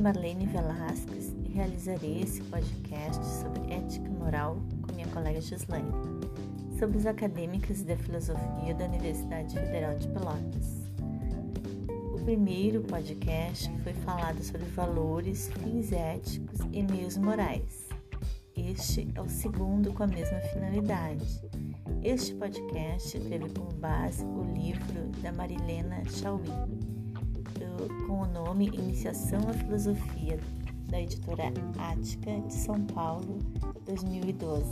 Marlene Velasquez e realizarei esse podcast sobre ética e moral com minha colega Gislaine. Somos acadêmicas de filosofia da Universidade Federal de Pelotas. O primeiro podcast foi falado sobre valores, fins éticos e meios morais. Este é o segundo com a mesma finalidade. Este podcast teve como base o livro da Marilena Chauí, com o nome Iniciação à Filosofia, da editora Ática de São Paulo, 2012.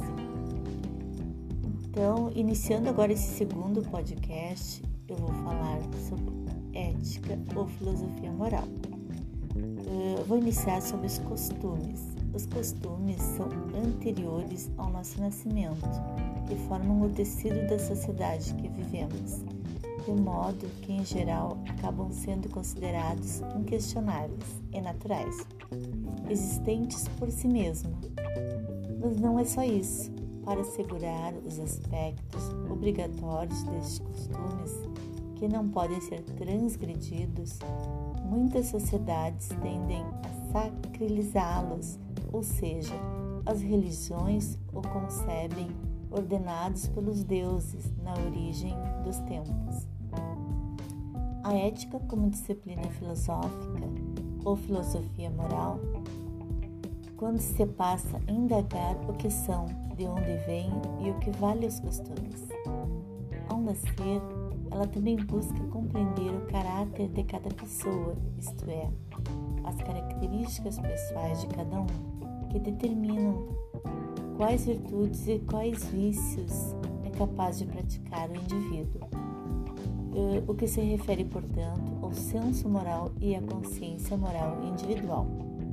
Então, iniciando agora esse segundo podcast, eu vou falar sobre ética ou filosofia moral. Vou iniciar sobre os costumes. Os costumes são anteriores ao nosso nascimento e formam o tecido da sociedade que vivemos, de modo que, em geral, acabam sendo considerados inquestionáveis e naturais, existentes por si mesmos. Mas não é só isso. Para assegurar os aspectos obrigatórios destes costumes, que não podem ser transgredidos, muitas sociedades tendem a sacralizá-los, ou seja, as religiões o concebem ordenados pelos deuses na origem dos tempos. A ética como disciplina filosófica ou filosofia moral, quando se passa a indagar o que são, de onde vêm e o que vale os costumes. Ao nascer, ela também busca compreender o caráter de cada pessoa, isto é, as características pessoais de cada um, que determinam quais virtudes e quais vícios é capaz de praticar o indivíduo. O que se refere, portanto, ao senso moral e à consciência moral individual.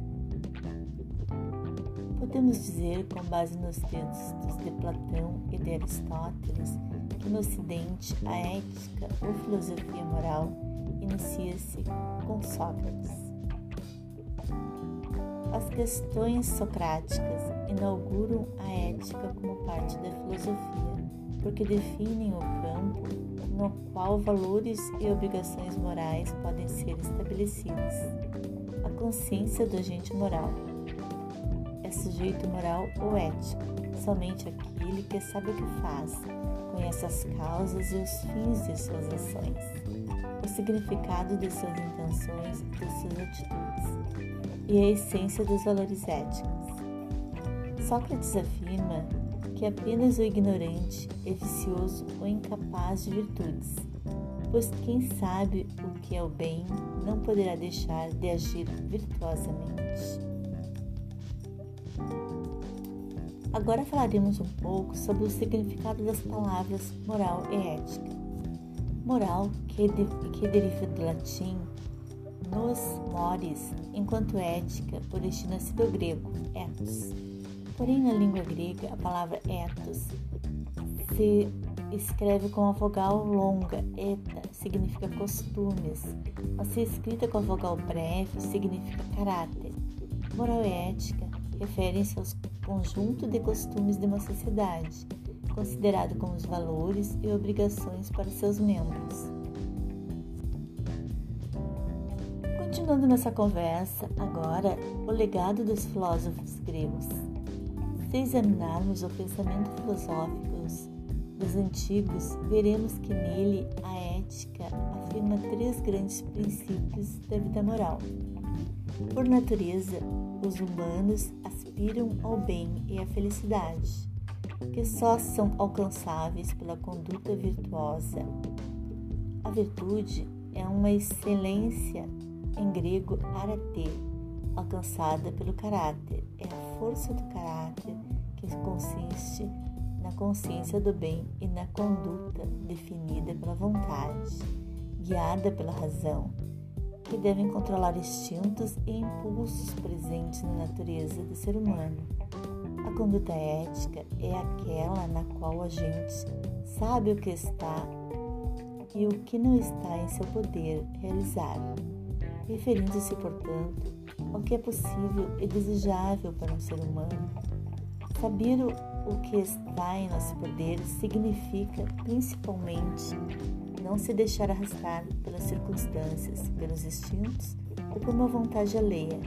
Podemos dizer, com base nos textos de Platão e de Aristóteles, que no Ocidente a ética ou filosofia moral inicia-se com Sócrates. As questões socráticas inauguram a ética como parte da filosofia, porque definem o campo no qual valores e obrigações morais podem ser estabelecidos. A consciência do agente moral é sujeito moral ou ético, somente aquele que sabe o que faz, conhece as causas e os fins de suas ações, o significado de suas intenções e de suas atitudes, e a essência dos valores éticos. Sócrates afirma que apenas o ignorante é vicioso ou incapaz de virtudes, pois quem sabe o que é o bem não poderá deixar de agir virtuosamente. Agora falaremos um pouco sobre o significado das palavras moral e ética. Moral, que deriva do latim nos mores, enquanto ética origina-se do grego ethos. Porém, na língua grega, a palavra ethos se escreve com a vogal longa, eta, significa costumes, mas se escrita com a vogal breve, significa caráter. Moral e ética referem-se aos conjunto de costumes de uma sociedade, considerado como os valores e obrigações para seus membros. Continuando nossa conversa, agora, o legado dos filósofos gregos. Se examinarmos o pensamento filosófico dos antigos, veremos que nele a ética afirma 3 grandes princípios da vida moral. Por natureza, os humanos aspiram ao bem e à felicidade, que só são alcançáveis pela conduta virtuosa. A virtude é uma excelência, em grego arete, alcançada pelo caráter. É a força do caráter que consiste na consciência do bem e na conduta definida pela vontade, guiada pela razão, que devem controlar instintos e impulsos presentes na natureza do ser humano. A conduta ética é aquela na qual a gente sabe o que está e o que não está em seu poder realizar, referindo-se, portanto, ao que é possível e desejável para um ser humano. Saber o que está em nosso poder significa, principalmente, não se deixar arrastar pelas circunstâncias, pelos instintos ou por uma vontade alheia,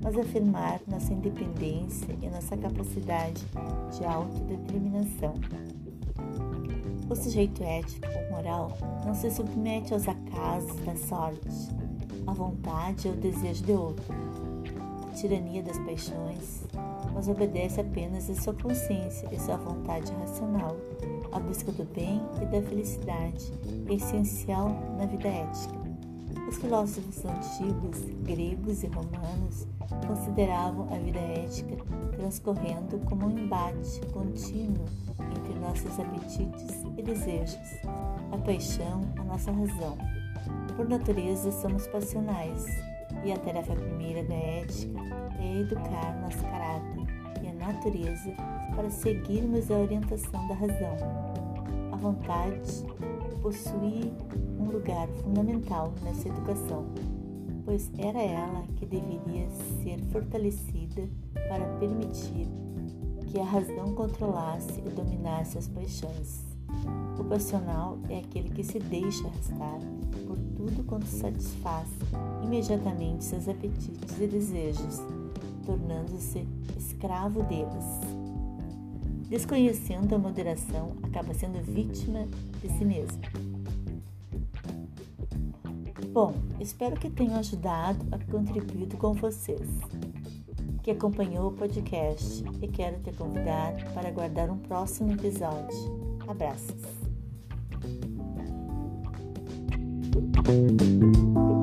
mas afirmar nossa independência e nossa capacidade de autodeterminação. O sujeito ético ou moral não se submete aos acasos da sorte, à vontade ou ao desejo de outro, à tirania das paixões, mas obedece apenas à sua consciência e sua vontade racional. A busca do bem e da felicidade é essencial na vida ética. Os filósofos antigos, gregos e romanos, consideravam a vida ética transcorrendo como um embate contínuo entre nossos apetites e desejos, a paixão, a nossa razão. Por natureza, somos passionais, e a tarefa primeira da ética é educar nosso caráter e a natureza para seguirmos a orientação da razão. A vontade possui um lugar fundamental nessa educação, pois era ela que deveria ser fortalecida para permitir que a razão controlasse e dominasse as paixões. O passional é aquele que se deixa arrastar por tudo quanto satisfaz imediatamente seus apetites e desejos, tornando-se escravo deles. Desconhecendo a moderação, acaba sendo vítima de si mesmo. Bom, espero que tenham ajudado a contribuir com vocês, que acompanhou o podcast, e quero te convidar para aguardar um próximo episódio. Abraços!